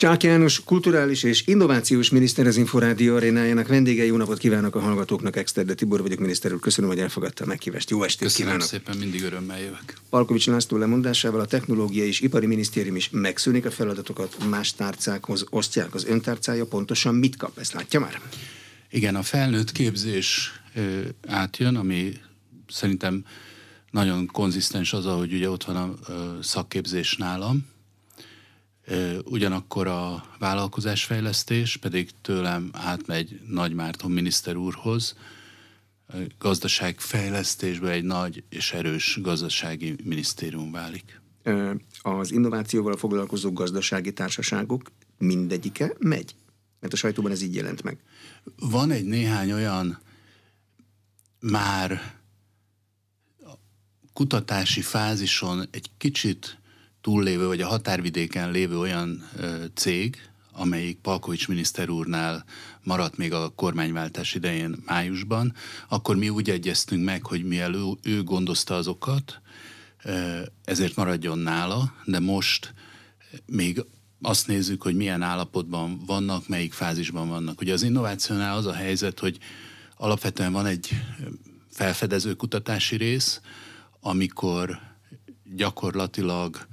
Csák János, kulturális és innovációs miniszter, az Inforádió arénájának vendége. Jó napot kívánok a hallgatóknak, Exterde Tibor vagyok, miniszter úr. Köszönöm, hogy elfogadta a meghívást. Jó estét kívánok! Köszönöm szépen, mindig örömmel jövök. Palkovics László lemondásával a Technológiai és Ipari Minisztérium is megszűnik, a feladatokat más tárcákhoz osztják. Az öntárcája pontosan mit kap? Ezt látja már? Igen, a felnőtt képzés átjön, ami szerintem nagyon konzisztens az, hogy ugye ott van a szakképzés nálam. Ugyanakkor a vállalkozásfejlesztés pedig tőlem átmegy Nagy Márton miniszter úrhoz. Gazdaságfejlesztésből egy nagy és erős gazdasági minisztérium válik. Az innovációval foglalkozó gazdasági társaságok mindegyike megy? Mert a sajtóban ez így jelent meg. Van egy néhány olyan már kutatási fázison egy kicsit túllévő, vagy a határvidéken lévő olyan cég, amelyik Palkovics miniszter úrnál maradt még a kormányváltás idején májusban, akkor mi úgy egyeztünk meg, hogy mivel ő gondozta azokat, ezért maradjon nála, de most még azt nézzük, hogy milyen állapotban vannak, melyik fázisban vannak. Ugye az innovációnál az a helyzet, hogy alapvetően van egy felfedező kutatási rész, amikor gyakorlatilag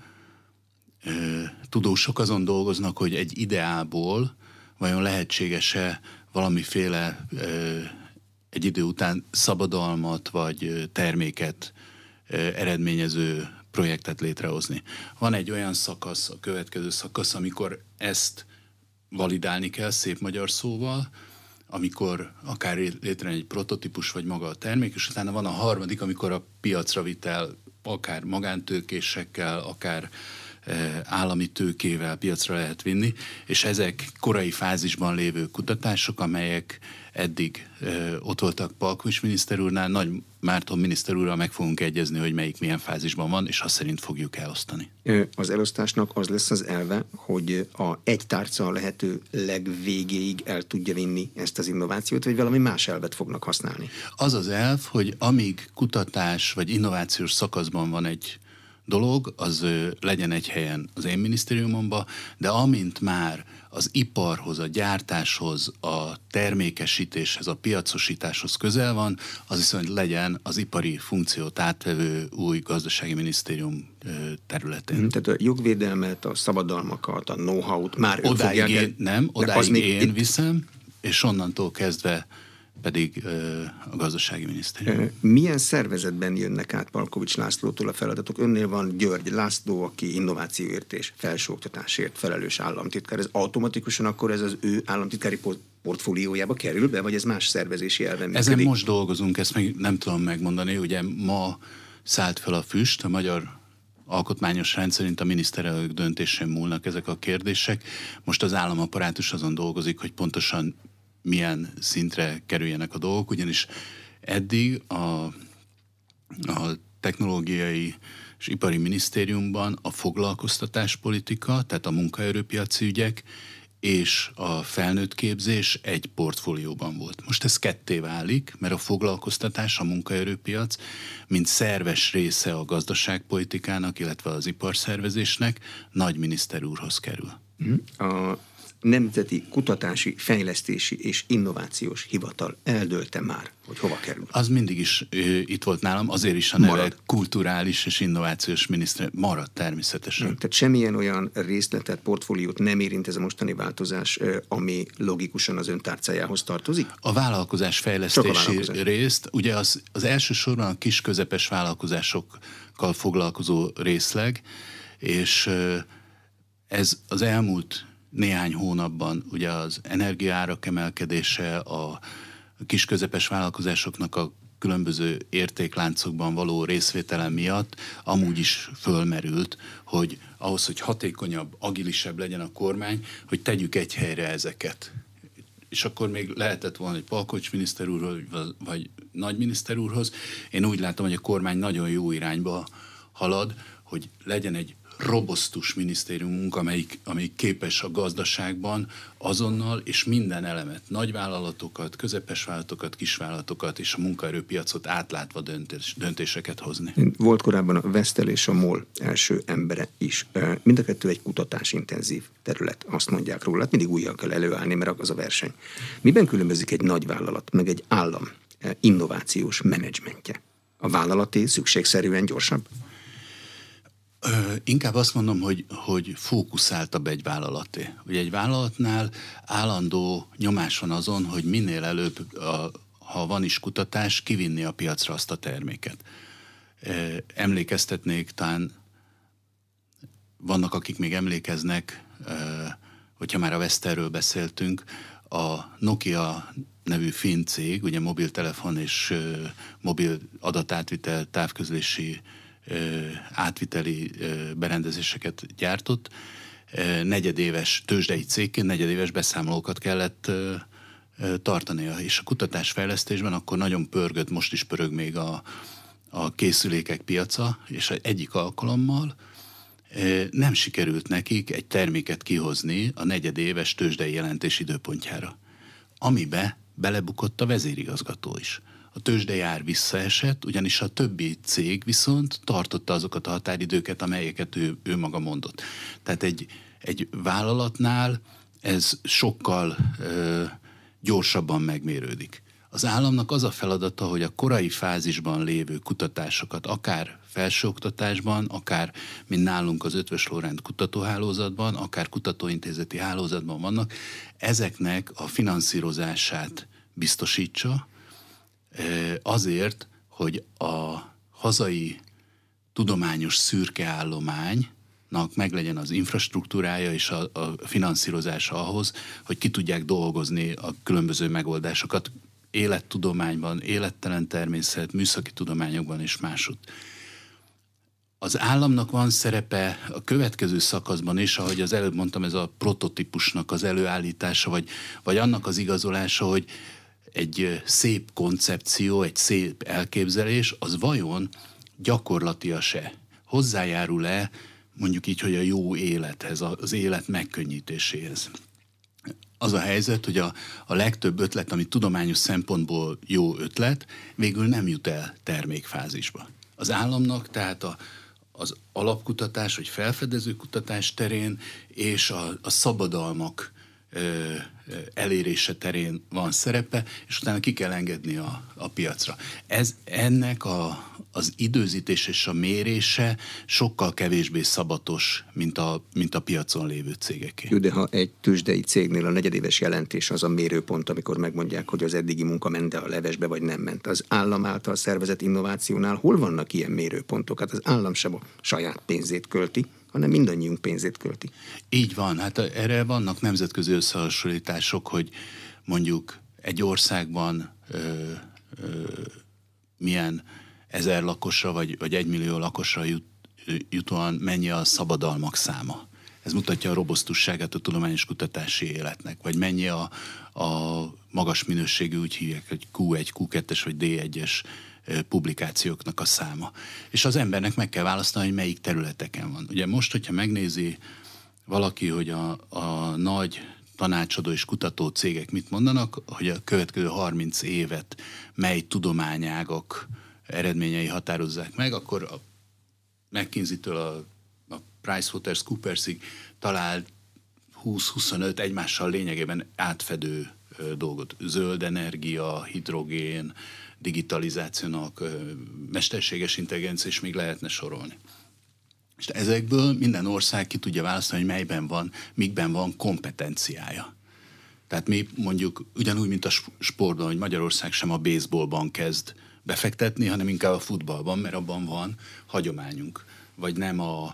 tudósok azon dolgoznak, hogy egy ideából vajon lehetséges-e valamiféle egy idő után szabadalmat vagy terméket eredményező projektet létrehozni. Van egy olyan szakasz, a következő szakasz, amikor ezt validálni kell szép magyar szóval, amikor akár létrejön egy prototípus vagy maga a termék, és utána van a harmadik, amikor a piacra vitel akár magántőkésekkel, akár állami tőkével piacra lehet vinni, és ezek korai fázisban lévő kutatások, amelyek eddig ott voltak Palkovics miniszter úrnál, Nagy Márton miniszter úrral meg fogunk egyezni, hogy melyik milyen fázisban van, és azt szerint fogjuk elosztani. Az elosztásnak az lesz az elve, hogy egy tárca a lehető legvégéig el tudja vinni ezt az innovációt, vagy valami más elvet fognak használni? Az az elv, hogy amíg kutatás vagy innovációs szakaszban van egy dolog, az legyen egy helyen az én minisztériumomban, de amint már az iparhoz, a gyártáshoz, a termékesítéshez, a piacosításhoz közel van, az viszont legyen az ipari funkciót átvevő új gazdasági minisztérium területén. Tehát a jogvédelmet, a szabadalmakat, a know-how-t már ők fogják... Odáig én viszem, és onnantól kezdve pedig a gazdasági minisztérium. Milyen szervezetben jönnek át Palkovics Lászlótól a feladatok? Önnél van György László, aki innovációért és felsőoktatásért felelős államtitkár. Ez automatikusan akkor ez az ő államtitkári portfóliójába kerül be, vagy ez más szervezési elven működik? Ezen most dolgozunk, ezt még nem tudom megmondani. Ugye ma szállt fel a füst, a magyar alkotmányos rend szerint a miniszterelnök döntésén múlnak ezek a kérdések. Most az államaparátus azon dolgozik, hogy pontosan milyen szintre kerüljenek a dolgok, ugyanis eddig a Technológiai és Ipari Minisztériumban a foglalkoztatáspolitika, tehát a munkaerőpiaci ügyek és a felnőtt képzés egy portfólióban volt. Most ez ketté válik, mert a foglalkoztatás, a munkaerőpiac, mint szerves része a gazdaságpolitikának, illetve az iparszervezésnek Nagy miniszter úrhoz kerül. A Nemzeti Kutatási, Fejlesztési és Innovációs Hivatal eldőlte már, hogy hova kerül? Az mindig is itt volt nálam, azért is a neve kulturális és innovációs miniszter maradt természetesen. Tehát semmilyen olyan részletet, portfóliót nem érint ez a mostani változás, ami logikusan az ön tárcájához tartozik? A vállalkozásfejlesztési részt, ugye az elsősorban a kis-közepes vállalkozásokkal foglalkozó részleg, és ez az elmúlt néhány hónapban ugye az energiaárak emelkedése, a kis-közepes vállalkozásoknak a különböző értékláncokban való részvétele miatt amúgy is fölmerült, hogy ahhoz, hogy hatékonyabb, agilisebb legyen a kormány, hogy tegyük egy helyre ezeket. És akkor még lehetett volna egy Palkovics miniszter úrhoz, vagy Nagy miniszter úrhoz. Én úgy látom, hogy a kormány nagyon jó irányba halad, hogy legyen egy robosztus minisztériumunk, amelyik képes a gazdaságban azonnal és minden elemet, nagyvállalatokat, közepes vállalatokat, kisvállalatokat és a munkaerőpiacot átlátva döntéseket hozni. Volt korábban a Vestel és a MOL első embere is. Mind a kettő egy kutatásintenzív terület, azt mondják róla. Hát mindig újjal kell előállni, mert az a verseny. Miben különbözik egy nagyvállalat, meg egy állam innovációs menedzsmentje? A vállalati szükségszerűen gyorsabb? Inkább azt mondom, hogy fókuszáltabb egy vállalaté. Ugye egy vállalatnál állandó nyomás van azon, hogy minél előbb, ha van is kutatás, kivinni a piacra azt a terméket. Emlékeztetnék, talán vannak, akik még emlékeznek, hogyha már a Vestelről beszéltünk, a Nokia nevű finn cég, ugye mobiltelefon és mobil adatátvitel, távközlési átviteli berendezéseket gyártott. Negyedéves tőzsdei cégként negyedéves beszámolókat kellett tartania. És a kutatásfejlesztésben akkor nagyon pörgött, most is pörög még a készülékek piaca, és egyik alkalommal nem sikerült nekik egy terméket kihozni a negyedéves tőzsdei jelentés időpontjára, amibe belebukott a vezérigazgató is. A tőzsdei ár visszaesett, ugyanis a többi cég viszont tartotta azokat a határidőket, amelyeket ő maga mondott. Tehát egy vállalatnál ez sokkal gyorsabban megmérődik. Az államnak az a feladata, hogy a korai fázisban lévő kutatásokat, akár felsőoktatásban, akár, mint nálunk az Eötvös Loránd kutatóhálózatban, akár kutatóintézeti hálózatban vannak, ezeknek a finanszírozását biztosítsa, azért, hogy a hazai tudományos szürkeállománynak meglegyen az infrastruktúrája és a finanszírozása ahhoz, hogy ki tudják dolgozni a különböző megoldásokat élettudományban, élettelen természet, műszaki tudományokban és másutt. Az államnak van szerepe a következő szakaszban is, ahogy az előbb mondtam, ez a prototípusnak az előállítása, vagy annak az igazolása, hogy egy szép koncepció, egy szép elképzelés, az vajon gyakorlatias-e? Hozzájárul-e mondjuk így, hogy a jó élethez, az élet megkönnyítéséhez? Az a helyzet, hogy a legtöbb ötlet, ami tudományos szempontból jó ötlet, végül nem jut el termékfázisba. Az államnak tehát az alapkutatás, vagy felfedező kutatás terén és a szabadalmak elérése terén van szerepe, és utána ki kell engedni a piacra. Ennek az időzítés és a mérése sokkal kevésbé szabatos, mint a piacon lévő cégeké. Jó, de ha egy tőzsdei cégnél a negyedéves jelentés az a mérőpont, amikor megmondják, hogy az eddigi munka ment a levesbe, vagy nem ment. Az állam által szervezett innovációnál hol vannak ilyen mérőpontok? Hát az állam sem a saját pénzét költi, hanem mindannyiunk pénzét költi. Így van, hát erre vannak nemzetközi összehasonlítások, hogy mondjuk egy országban milyen 1000 lakosra vagy 1 millió lakosra jutóan mennyi a szabadalmak száma. Ez mutatja a robosztusságát a tudományos kutatási életnek, vagy mennyi a magas minőségű, úgy hívják, hogy Q1, Q2-es vagy D1-es publikációknak a száma. És az embernek meg kell választani, hogy melyik területeken van. Ugye most, hogyha megnézi valaki, hogy a nagy tanácsadó és kutató cégek mit mondanak, hogy a következő 30 évet mely tudományágak eredményei határozzák meg, akkor a McKinsey-től a PricewaterhouseCoopersig talál 20-25 egymással lényegében átfedő dolgot. Zöld energia, hidrogén, digitalizációnak, mesterséges intelligencia, és még lehetne sorolni. És ezekből minden ország ki tudja választani, hogy mikben van kompetenciája. Tehát mi mondjuk ugyanúgy, mint a sportban, hogy Magyarország sem a baseballban kezd befektetni, hanem inkább a futballban, mert abban van hagyományunk. Vagy nem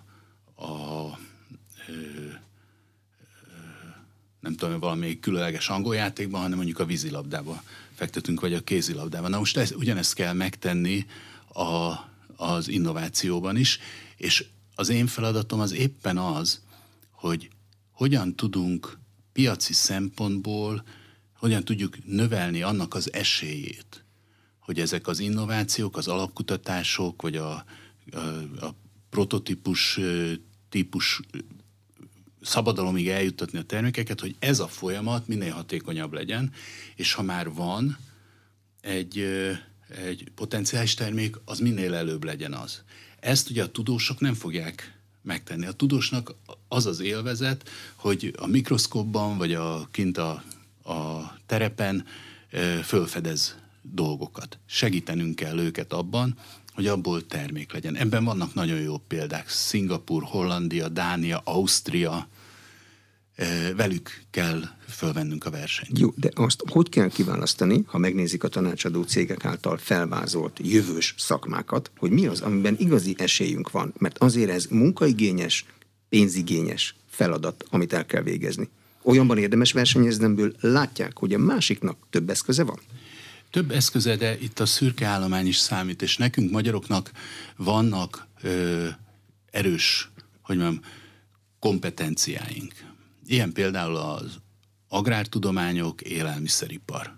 nem tudom, valamelyik különleges angol játékban, hanem mondjuk a vízilabdában fektetünk, vagy a kézilabdában. Na most ugyanezt kell megtenni az innovációban is, és az én feladatom az éppen az, hogy hogyan tudunk piaci szempontból, hogyan tudjuk növelni annak az esélyét, hogy ezek az innovációk, az alapkutatások, vagy a prototípus típus szabadalomig eljuttatni a termékeket, hogy ez a folyamat minél hatékonyabb legyen, és ha már van egy potenciális termék, az minél előbb legyen az. Ezt ugye a tudósok nem fogják megtenni. A tudósnak az az élvezet, hogy a mikroszkópban, vagy kint a terepen fölfedez dolgokat. Segítenünk kell őket abban, hogy abból termék legyen. Ebben vannak nagyon jó példák. Szingapúr, Hollandia, Dánia, Ausztria, velük kell fölvennünk a versenyt. Jó, de azt hogy kell kiválasztani, ha megnézik a tanácsadó cégek által felvázolt jövős szakmákat, hogy mi az, amiben igazi esélyünk van? Mert azért ez munkaigényes, pénzigényes feladat, amit el kell végezni. Olyanban érdemes versenyezni, amiből látják, hogy a másiknak több eszköze van? Több eszköze, de itt a szürke állomány is számít, és nekünk magyaroknak vannak erős, hogy mondjam, kompetenciáink. Ilyen például az agrártudományok, élelmiszeripar.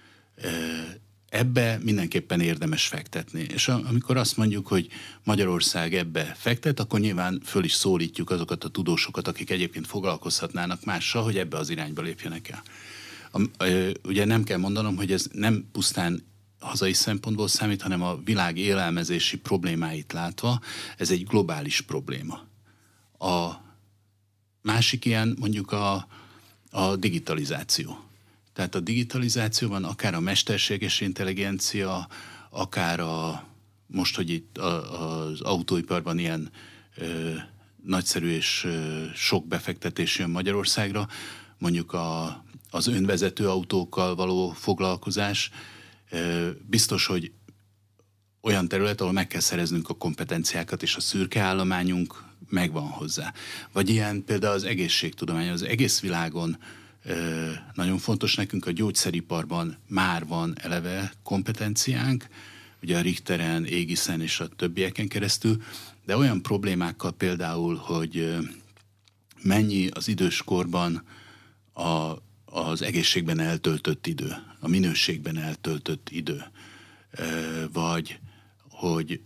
Ebbe mindenképpen érdemes fektetni. És amikor azt mondjuk, hogy Magyarország ebbe fektet, akkor nyilván föl is szólítjuk azokat a tudósokat, akik egyébként foglalkozhatnának mással, hogy ebbe az irányba lépjenek el. Ugye nem kell mondanom, hogy ez nem pusztán hazai szempontból számít, hanem a világ élelmezési problémáit látva, ez egy globális probléma. A másik ilyen mondjuk a digitalizáció. Tehát a digitalizációban akár a mesterséges intelligencia, akár most, hogy itt az autóiparban ilyen nagyszerű és sok befektetés jön Magyarországra, mondjuk az önvezető autókkal való foglalkozás, biztos, hogy olyan terület, ahol meg kell szereznünk a kompetenciákat, és a szürke állományunk megvan hozzá. Vagy ilyen például az egészségtudomány, az egész világon nagyon fontos nekünk, a gyógyszeriparban már van eleve kompetenciánk, ugye a Richteren, Égiszen és a többieken keresztül, de olyan problémákkal például, hogy mennyi az időskorban az egészségben eltöltött idő, a minőségben eltöltött idő, vagy hogy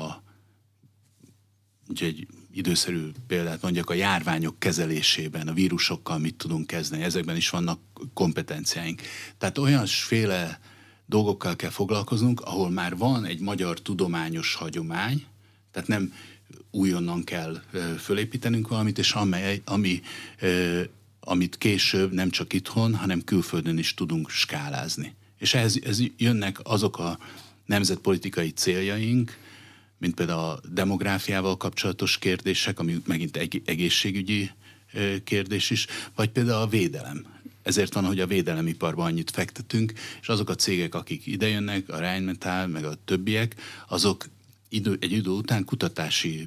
egy időszerű példát mondjak, a járványok kezelésében, a vírusokkal mit tudunk kezdeni, ezekben is vannak kompetenciáink. Tehát olyasféle dolgokkal kell foglalkoznunk, ahol már van egy magyar tudományos hagyomány, tehát nem újonnan kell fölépítenünk valamit, és amit később nem csak itthon, hanem külföldön is tudunk skálázni. És ez jönnek azok a nemzetpolitikai céljaink, mint például a demográfiával kapcsolatos kérdések, ami megint egészségügyi kérdés is, vagy például a védelem. Ezért van, hogy a védelemiparban annyit fektetünk, és azok a cégek, akik idejönnek, a Rheinmetall, meg a többiek, azok egy idő után kutatási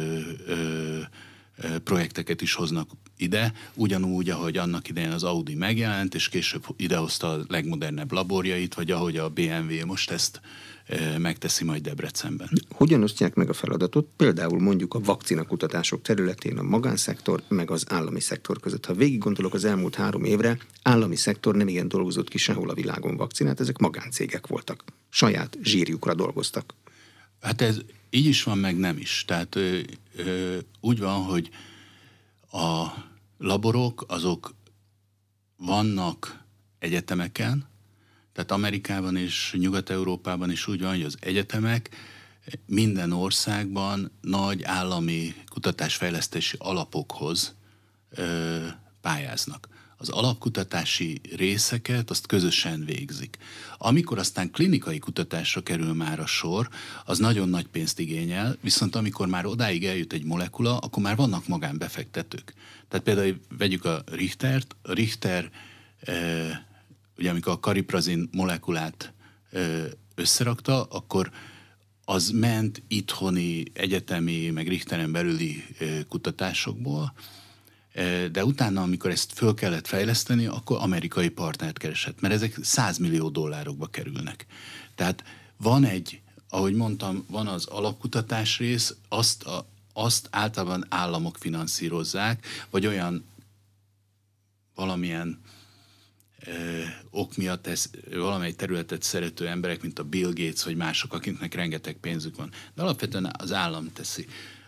projekteket is hoznak ide, ugyanúgy, ahogy annak idején az Audi megjelent, és később idehozta a legmodernebb laborjait, vagy ahogy a BMW most ezt megteszi majd Debrecenben. Hogyan osztják meg a feladatot, például mondjuk a vakcinakutatások területén a magánszektor meg az állami szektor között? Ha végig gondolok az elmúlt 3 évre, állami szektor nem igen dolgozott ki sehol a világon vakcinát, ezek magáncégek voltak. Saját zsírjukra dolgoztak. Hát ez így is van, meg nem is. Tehát úgy van, hogy a laborok azok vannak egyetemeken, tehát Amerikában és Nyugat-Európában is úgy van, hogy az egyetemek minden országban nagy állami kutatásfejlesztési alapokhoz pályáznak. Az alapkutatási részeket azt közösen végzik. Amikor aztán klinikai kutatásra kerül már a sor, az nagyon nagy pénzt igényel, viszont amikor már odáig eljut egy molekula, akkor már vannak magánbefektetők. Tehát például vegyük a Richtert, a Richter ugye amikor a kariprazin molekulát összerakta, akkor az ment itthoni, egyetemi, meg Richteren belüli kutatásokból, de utána, amikor ezt föl kellett fejleszteni, akkor amerikai partnert keresett, mert ezek $100 millió kerülnek. Tehát van ahogy mondtam, van az alapkutatás rész, azt általában államok finanszírozzák, vagy olyan valamilyen ok miatt valamely területet szerető emberek, mint a Bill Gates, vagy mások, akiknek rengeteg pénzük van. De alapvetően az állam teszi.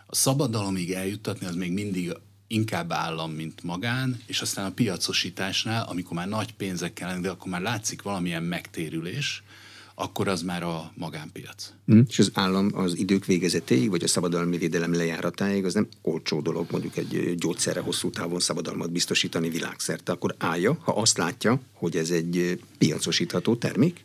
A szabadalomig eljuttatni az még mindig inkább állam, mint magán, és aztán a piacosításnál, amikor már nagy pénzek kellene, de akkor már látszik valamilyen megtérülés, akkor az már a magánpiac. És az állam az idők végezetéig, vagy a szabadalmi védelem lejáratáig, az nem olcsó dolog, mondjuk egy gyógyszerre hosszú távon szabadalmat biztosítani világszerte, akkor állja, ha azt látja, hogy ez egy piacosítható termék?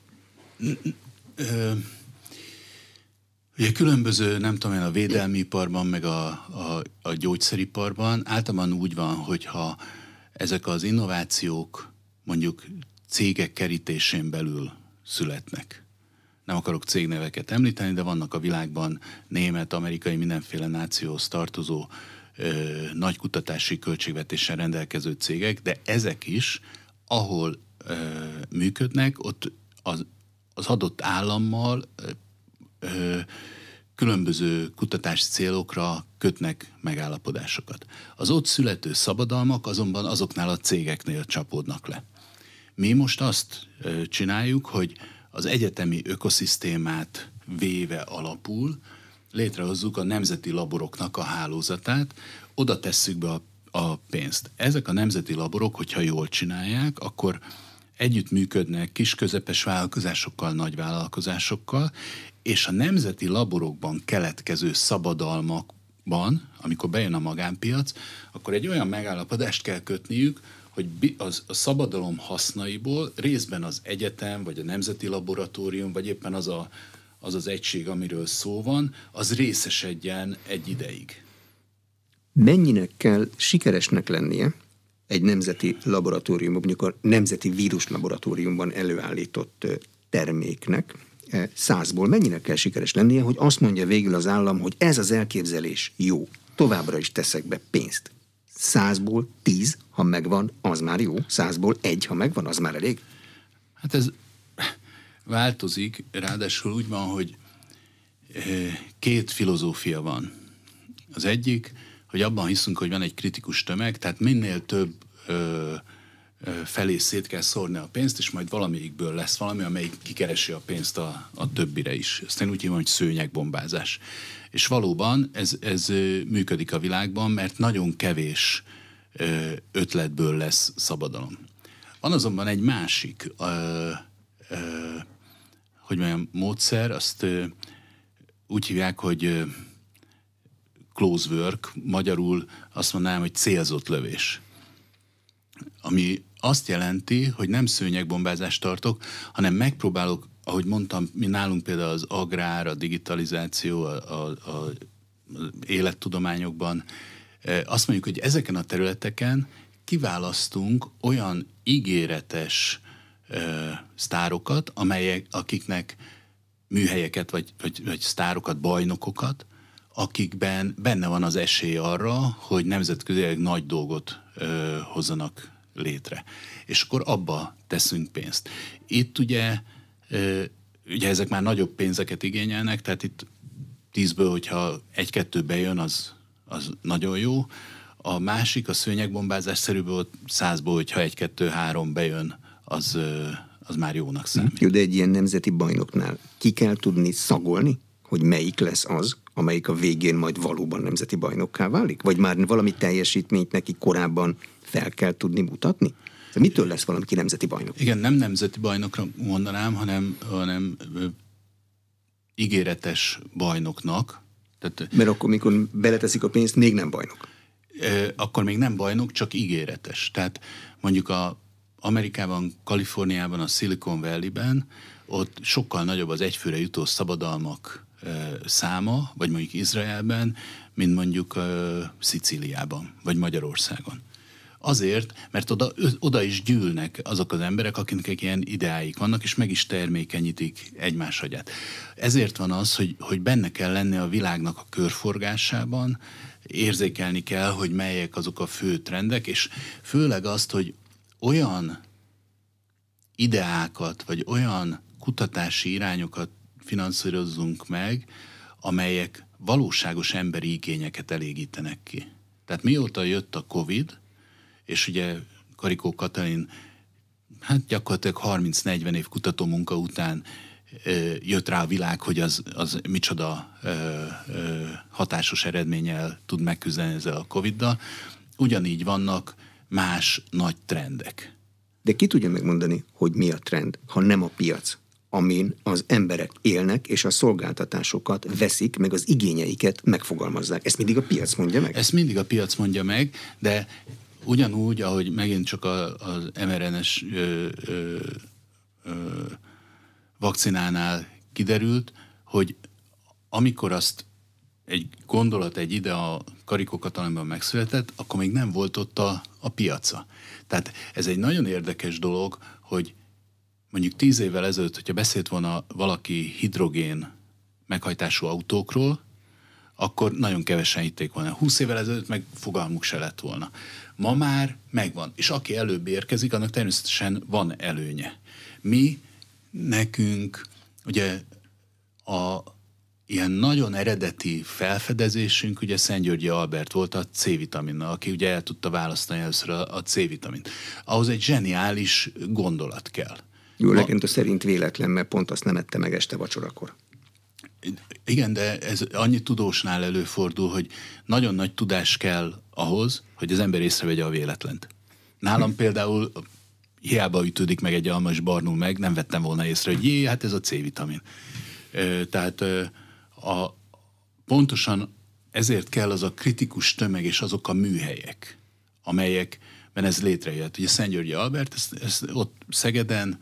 Ugye különböző, nem tudom én, a védelmi iparban, meg a gyógyszeriparban általában úgy van, hogyha ezek az innovációk mondjuk cégek kerítésén belül születnek. Nem akarok cégneveket említeni, de vannak a világban német, amerikai, mindenféle nációhoz tartozó nagy kutatási költségvetéssel rendelkező cégek, de ezek is, ahol működnek, ott az adott állammal különböző kutatási célokra kötnek megállapodásokat. Az ott születő szabadalmak azonban azoknál a cégeknél csapódnak le. Mi most azt csináljuk, hogy az egyetemi ökoszisztémát véve alapul, létrehozzuk a nemzeti laboroknak a hálózatát, oda tesszük be a pénzt. Ezek a nemzeti laborok, hogyha jól csinálják, akkor együttműködnek kis-közepes vállalkozásokkal, nagy vállalkozásokkal, és a nemzeti laborokban keletkező szabadalmakban, amikor bejön a magánpiac, akkor egy olyan megállapodást kell kötniük, hogy a szabadalom hasznaiból részben az egyetem, vagy a nemzeti laboratórium, vagy éppen az egység, amiről szó van, az részesedjen egy ideig. Mennyire kell sikeresnek lennie egy nemzeti laboratóriumban, mondjuk a Nemzeti Víruslaboratóriumban előállított terméknek 100-ból mennyire kell sikeres lennie, hogy azt mondja végül az állam, hogy ez az elképzelés jó, továbbra is teszek be pénzt. 100-ból 10, ha megvan, az már jó, 100-ból 1, ha megvan, az már elég? Hát ez változik, ráadásul úgy van, hogy két filozófia van. Az egyik, hogy abban hiszünk, hogy van egy kritikus tömeg, tehát minél több felé szét kell szórni a pénzt, és majd valamelyikből lesz valami, amelyik kikeresi a pénzt a többire is. Aztán úgy hívom, hogy szőnyegbombázás. És valóban ez működik a világban, mert nagyon kevés ötletből lesz szabadalom. Van azonban egy másik hogy mondjam, módszer, azt úgy hívják, hogy close work, magyarul azt mondanám, hogy célzott lövés. Ami azt jelenti, hogy nem szőnyegbombázást tartok, hanem megpróbálok, ahogy mondtam, mi nálunk például az agrár, a digitalizáció, az élettudományokban, azt mondjuk, hogy ezeken a területeken kiválasztunk olyan ígéretes sztárokat, akiknek műhelyeket, vagy sztárokat, bajnokokat, akikben benne van az esély arra, hogy nemzetközileg nagy dolgot hozzanak létre. És akkor abba teszünk pénzt. Itt ugye ezek már nagyobb pénzeket igényelnek, tehát itt 10-ből, hogyha 1-2 bejön, az nagyon jó. A másik, a szőnyegbombázás szerűből 100-ból, hogyha 1-2-3 bejön, az már jónak számít. Jó, de egy ilyen nemzeti bajnoknál ki kell tudni szagolni, hogy melyik lesz az, amelyik a végén majd valóban nemzeti bajnokká válik? Vagy már valami teljesítményt neki korábban fel kell tudni mutatni? De mitől lesz valaki nemzeti bajnok? Igen, nem nemzeti bajnokra mondanám, hanem ígéretes bajnoknak. Tehát, mert akkor, mikor beleteszik a pénzt, még nem bajnok. Akkor még nem bajnok, csak ígéretes. Tehát mondjuk Amerikában, Kaliforniában, a Silicon Valley-ben ott sokkal nagyobb az egyfőre jutó szabadalmak száma, vagy mondjuk Izraelben, mint mondjuk Szicíliában, vagy Magyarországon. Azért, mert oda is gyűlnek azok az emberek, akiknek ilyen ideáik vannak, és meg is termékenyítik egymás agyát. Ezért van az, hogy benne kell lenni a világnak a körforgásában, érzékelni kell, hogy melyek azok a fő trendek, és főleg azt, hogy olyan ideákat, vagy olyan kutatási irányokat finanszírozzunk meg, amelyek valóságos emberi igényeket elégítenek ki. Tehát mióta jött a Covid, és ugye Karikó Katalin gyakorlatilag 30-40 év kutatómunka után jött rá a világ, hogy az micsoda hatásos eredménnyel tud megküzdeni ezzel a Covid-dal. Ugyanígy vannak más nagy trendek. De ki tudja megmondani, hogy mi a trend, ha nem a piac, amin az emberek élnek, és a szolgáltatásokat veszik, meg az igényeiket megfogalmazzák. Ezt mindig a piac mondja meg? Ezt mindig a piac mondja meg, de ugyanúgy, ahogy megint csak az mRNA-s vakcinánál kiderült, hogy amikor azt egy gondolat, egy idea Karikó Katalinban megszületett, akkor még nem volt ott a piaca. Tehát ez egy nagyon érdekes dolog, hogy mondjuk 10 évvel ezelőtt, hogyha beszélt volna valaki hidrogén meghajtású autókról, akkor nagyon kevesen hitték volna. 20 évvel ezelőtt meg fogalmuk se lett volna. Ma már megvan, és aki előbb érkezik, annak természetesen van előnye. Nekünk ugye ilyen nagyon eredeti felfedezésünk, ugye Szent-Györgyi Albert volt a C-vitaminnal, aki ugye el tudta választani először a C-vitamint. Ahhoz egy zseniális gondolat kell. Jó, legenda szerint véletlen, mert pont azt nem ette meg este vacsorakor. Igen, de ez annyi tudósnál előfordul, hogy nagyon nagy tudás kell ahhoz, hogy az ember észrevegye a véletlent. Nálam például hiába ütődik meg egy alma, és barnul meg, nem vettem volna észre, hogy hát ez a C-vitamin. Tehát pontosan ezért kell az a kritikus tömeg és azok a műhelyek, amelyekben ez létrejött. Ugye Szent-Györgyi Albert, ez ott Szegeden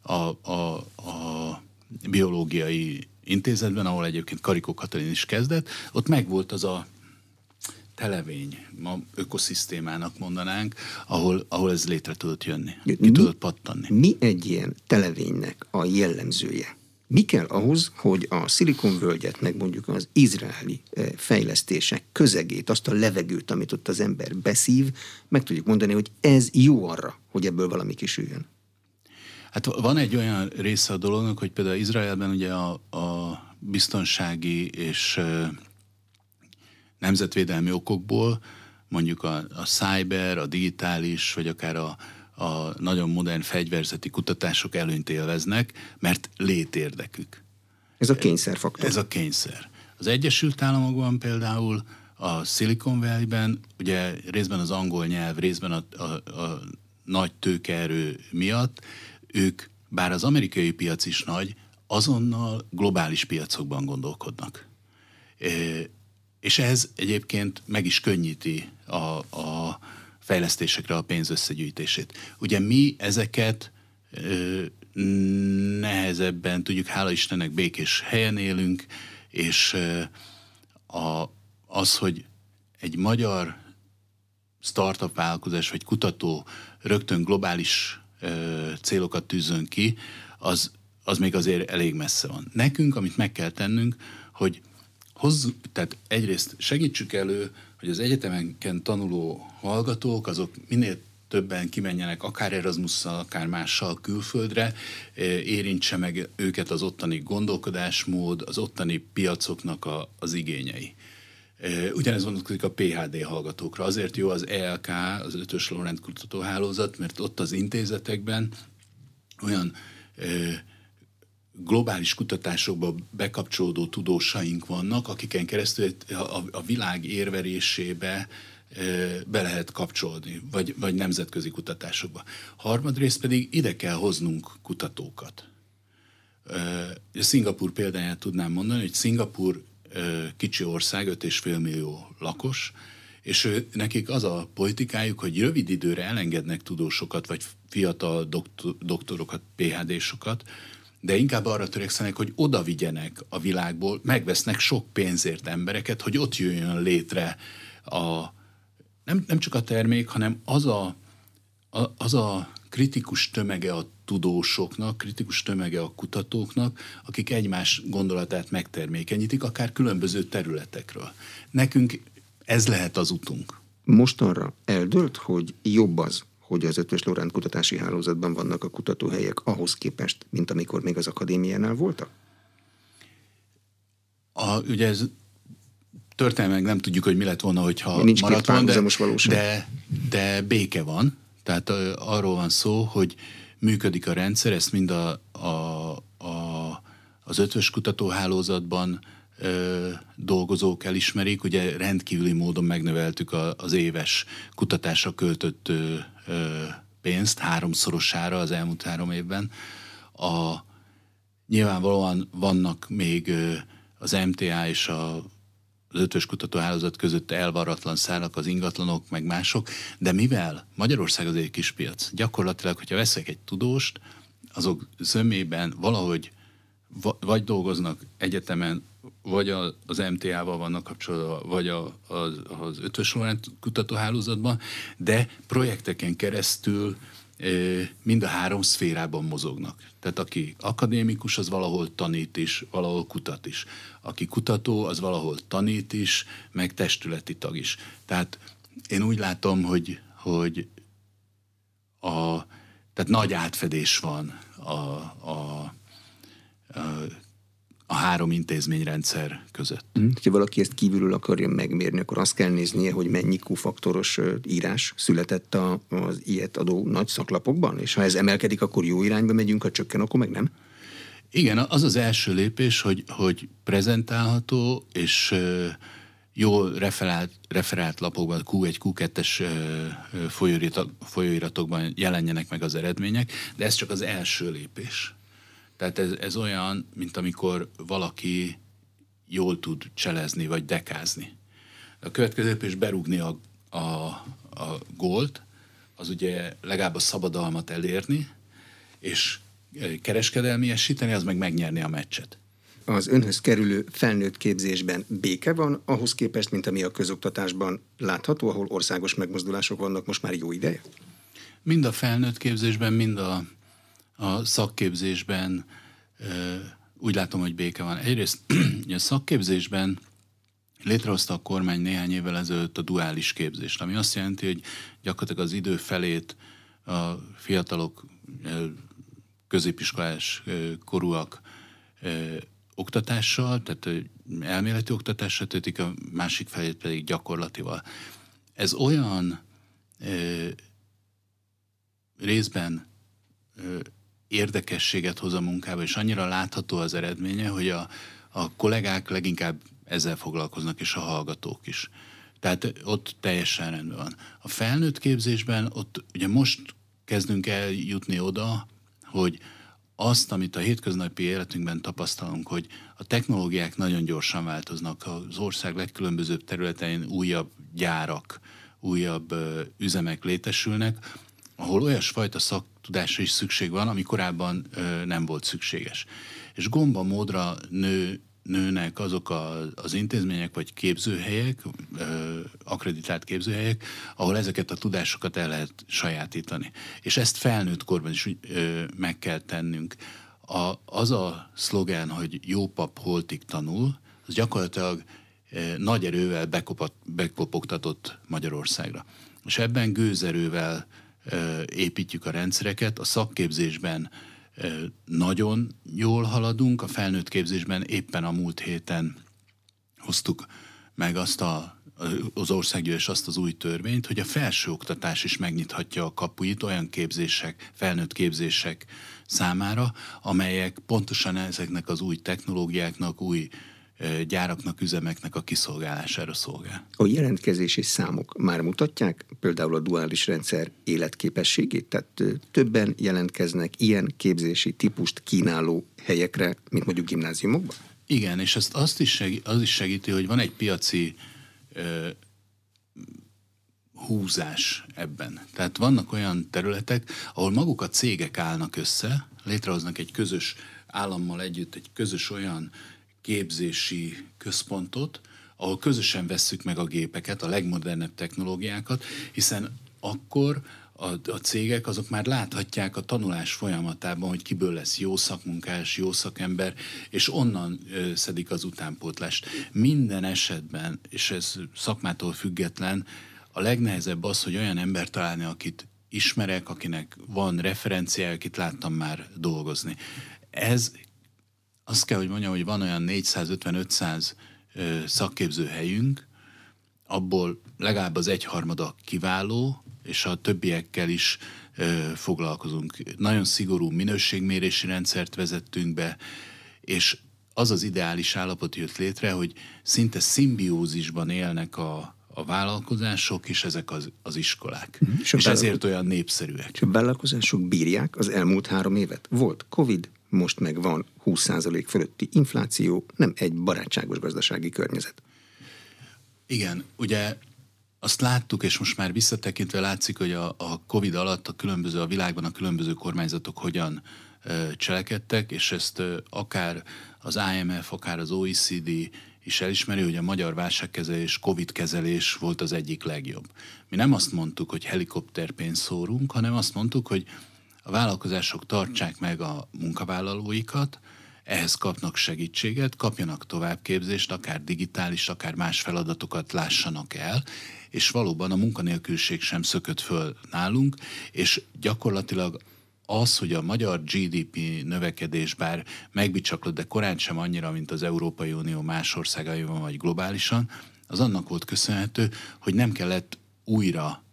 a biológiai intézetben, ahol egyébként Karikó Katalin is kezdett, ott megvolt az a televény, ma ökoszisztémának mondanánk, ahol ez létre tudott jönni, ki tudott pattanni. Mi egy ilyen televénynek a jellemzője? Mi kell ahhoz, hogy a szilikonvölgyet, meg mondjuk az izraeli fejlesztések közegét, azt a levegőt, amit ott az ember beszív, meg tudjuk mondani, hogy ez jó arra, hogy ebből valami kisüljön? Hát van egy olyan része a dolognak, hogy például Izraelben ugye a biztonsági és nemzetvédelmi okokból mondjuk a cyber, a digitális, vagy akár a nagyon modern fegyverzeti kutatások előnyt élveznek, mert létérdekük. Ez a kényszerfaktor. Ez a kényszer. Az Egyesült Államokban például a Silicon Valley-ben, ugye részben az angol nyelv, részben a nagy tőkeerő miatt, ők, bár az amerikai piac is nagy, azonnal globális piacokban gondolkodnak. És ez egyébként meg is könnyíti a fejlesztésekre a pénz összegyűjtését. Ugye mi ezeket nehezebben tudjuk, hála Istennek békés helyen élünk, és az, hogy egy magyar startup vállalkozás vagy kutató rögtön globális célokat tűzön ki, az még azért elég messze van. Nekünk, amit meg kell tennünk, hogy tehát egyrészt segítsük elő, hogy az egyetemeken tanuló hallgatók, azok minél többen kimenjenek akár Erasmusszal, akár mással külföldre, érintse meg őket az ottani gondolkodásmód, az ottani piacoknak az igényei. Ugyanez vonatkozik a PhD hallgatókra. Azért jó az ELK, az Ötös Loránd Kutatóhálózat, mert ott az intézetekben olyan globális kutatásokba bekapcsolódó tudósaink vannak, akiken keresztül a világ érvelésébe be lehet kapcsolódni, vagy nemzetközi kutatásokba. Harmadrészt pedig ide kell hoznunk kutatókat. A Szingapúr példáját tudnám mondani, hogy Szingapúr kicsi ország, 5,5 millió lakos, és nekik az a politikájuk, hogy rövid időre elengednek tudósokat, vagy fiatal doktorokat, PhD-sokat, de inkább arra törekszenek, hogy oda vigyenek a világból, megvesznek sok pénzért embereket, hogy ott jöjjön létre nem csak a termék, hanem az a kritikus tömege a tudósoknak, kritikus tömege a kutatóknak, akik egymás gondolatát megtermékenyítik, akár különböző területekről. Nekünk ez lehet az utunk. Mostanra eldőlt, hogy jobb az, hogy az Ötös Loránd Kutatási Hálózatban vannak a kutatóhelyek ahhoz képest, mint amikor még az akadémiánál voltak? Ugye ez történelmileg nem tudjuk, hogy mi lett volna, hogyha nincs maradt volna, de béke van. Tehát arról van szó, hogy működik a rendszer, ezt mind az Ötvös Kutatóhálózatban dolgozók elismerik, ugye rendkívüli módon megnöveltük az éves kutatásra költött pénzt 3-szorosára az elmúlt 3 évben. Nyilvánvalóan vannak még az MTA és az Ötvös Kutatóhálózat között elvarratlan szálak, az ingatlanok, meg mások, de mivel Magyarország azért egy kis piac, gyakorlatilag, hogyha veszek egy tudóst, azok zömében valahogy vagy dolgoznak egyetemen, vagy az MTA-val vannak kapcsolatban, vagy az Ötvös Kutatóhálózatban, de projekteken keresztül mind a 3 szférában mozognak. Tehát aki akadémikus, az valahol tanít is, valahol kutat is. Aki kutató, az valahol tanít is, meg testületi tag is. Tehát én úgy látom, hogy tehát nagy átfedés van a 3 intézményrendszer között. Ha valaki ezt kívülről akarja megmérni, akkor azt kell néznie, hogy mennyi Q-faktoros írás született az ilyet adó nagy szaklapokban, és ha ez emelkedik, akkor jó irányba megyünk, ha csökken, akkor meg nem? Igen, az az első lépés, hogy prezentálható, és jól referált lapokban, Q1, Q2-es folyóiratokban jelenjenek meg az eredmények, de ez csak az első lépés. Tehát ez olyan, mint amikor valaki jól tud cselezni, vagy dekázni. A következő lépés berúgni a gólt, az ugye legalább a szabadalmat elérni, és kereskedelmiesíteni, az meg megnyerni a meccset. Az önhöz kerülő felnőtt képzésben béke van, ahhoz képest, mint ami a közoktatásban látható, ahol országos megmozdulások vannak most már jó ideje? Mind a felnőtt képzésben, mind a szakképzésben úgy látom, hogy béke van. Egyrészt a szakképzésben létrehozta a kormány néhány évvel ezelőtt a duális képzést, ami azt jelenti, hogy gyakorlatilag az idő felét a fiatalok, középiskolás korúak oktatással, tehát elméleti oktatással töltik, a másik felét pedig gyakorlatival. Ez olyan részben érdekességet hoz a munkába, és annyira látható az eredménye, hogy a kollégák leginkább ezzel foglalkoznak, és a hallgatók is. Tehát ott teljesen rendben van. A felnőtt képzésben ott ugye most kezdünk eljutni oda, hogy azt, amit a hétköznapi életünkben tapasztalunk, hogy a technológiák nagyon gyorsan változnak, az ország legkülönbözőbb területein újabb gyárak, újabb üzemek létesülnek, ahol olyasfajta szaktudásra is szükség van, ami korábban nem volt szükséges. És gomba módra nőnek azok az intézmények vagy képzőhelyek, akkreditált képzőhelyek, ahol ezeket a tudásokat el lehet sajátítani. És ezt felnőtt korban is meg kell tennünk. Az a szlogán, hogy jó pap holtig tanul, az gyakorlatilag nagy erővel bekopogtatott Magyarországra. És ebben gőzerővel építjük a rendszereket, a szakképzésben nagyon jól haladunk, a felnőtt képzésben éppen a múlt héten hoztuk meg az országgyűlés azt az új törvényt, hogy a felsőoktatás is megnyithatja a kapuit olyan képzések, felnőtt képzések számára, amelyek pontosan ezeknek az új technológiáknak, új gyáraknak, üzemeknek a kiszolgálására szolgál. A jelentkezési számok már mutatják például a duális rendszer életképességét? Tehát többen jelentkeznek ilyen képzési típust kínáló helyekre, mint mondjuk gimnáziumokban? Igen, és az is segíti, hogy van egy piaci húzás ebben. Tehát vannak olyan területek, ahol maguk a cégek állnak össze, létrehoznak egy közös állammal együtt, egy közös olyan képzési központot, ahol közösen vesszük meg a gépeket, a legmodernebb technológiákat, hiszen akkor a cégek azok már láthatják a tanulás folyamatában, hogy kiből lesz jó szakmunkás, jó szakember, és onnan szedik az utánpótlást. Minden esetben, és ez szakmától független, a legnehezebb az, hogy olyan ember találni, akit ismerek, akinek van referenciája, akit láttam már dolgozni. Ez azt kell, hogy mondjam, hogy van olyan 450-500 szakképző helyünk, abból legalább az 1/3 kiváló, és a többiekkel is foglalkozunk. Nagyon szigorú minőségmérési rendszert vezettünk be, és az az ideális állapot jött létre, hogy szinte szimbiózisban élnek a vállalkozások és ezek az iskolák. És ezért olyan népszerűek. És a vállalkozások bírják az elmúlt 3 évet. Volt Covid, most meg van 20% fölötti infláció, nem egy barátságos gazdasági környezet. Igen, ugye azt láttuk, és most már visszatekintve látszik, hogy a Covid alatt a világban a különböző kormányzatok hogyan cselekedtek, és ezt akár az IMF, akár az OECD is elismeri, hogy a magyar válságkezelés, Covid-kezelés volt az egyik legjobb. Mi nem azt mondtuk, hogy helikopterpénzt szórunk, hanem azt mondtuk, hogy a vállalkozások tartsák meg a munkavállalóikat, ehhez kapnak segítséget, kapjanak továbbképzést, akár digitális, akár más feladatokat lássanak el, és valóban a munkanélküliség sem szökött föl nálunk, és gyakorlatilag az, hogy a magyar GDP növekedés bár megbicsaklott, de korán sem annyira, mint az Európai Unió más országaiban vagy globálisan, az annak volt köszönhető, hogy nem kellett újra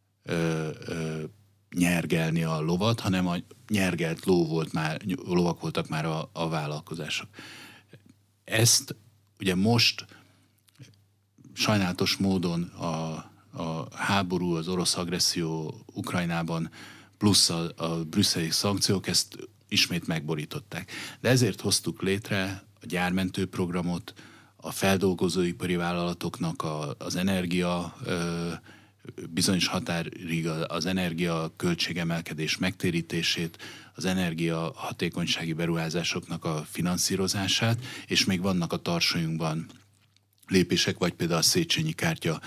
nyergelni a lovat, hanem a nyergelt lovak voltak már a vállalkozások. Ezt ugye most sajnálatos módon a háború, az orosz agresszió Ukrajnában plusz a brüsszeli szankciók ezt ismét megborították. De ezért hoztuk létre a gyármentő programot, a feldolgozóipari vállalatoknak az energia bizonyos határig az energia költségemelkedés megtérítését, az energia hatékonysági beruházásoknak a finanszírozását, és még vannak a tarsolyunkban lépések, vagy például a Széchenyi kártya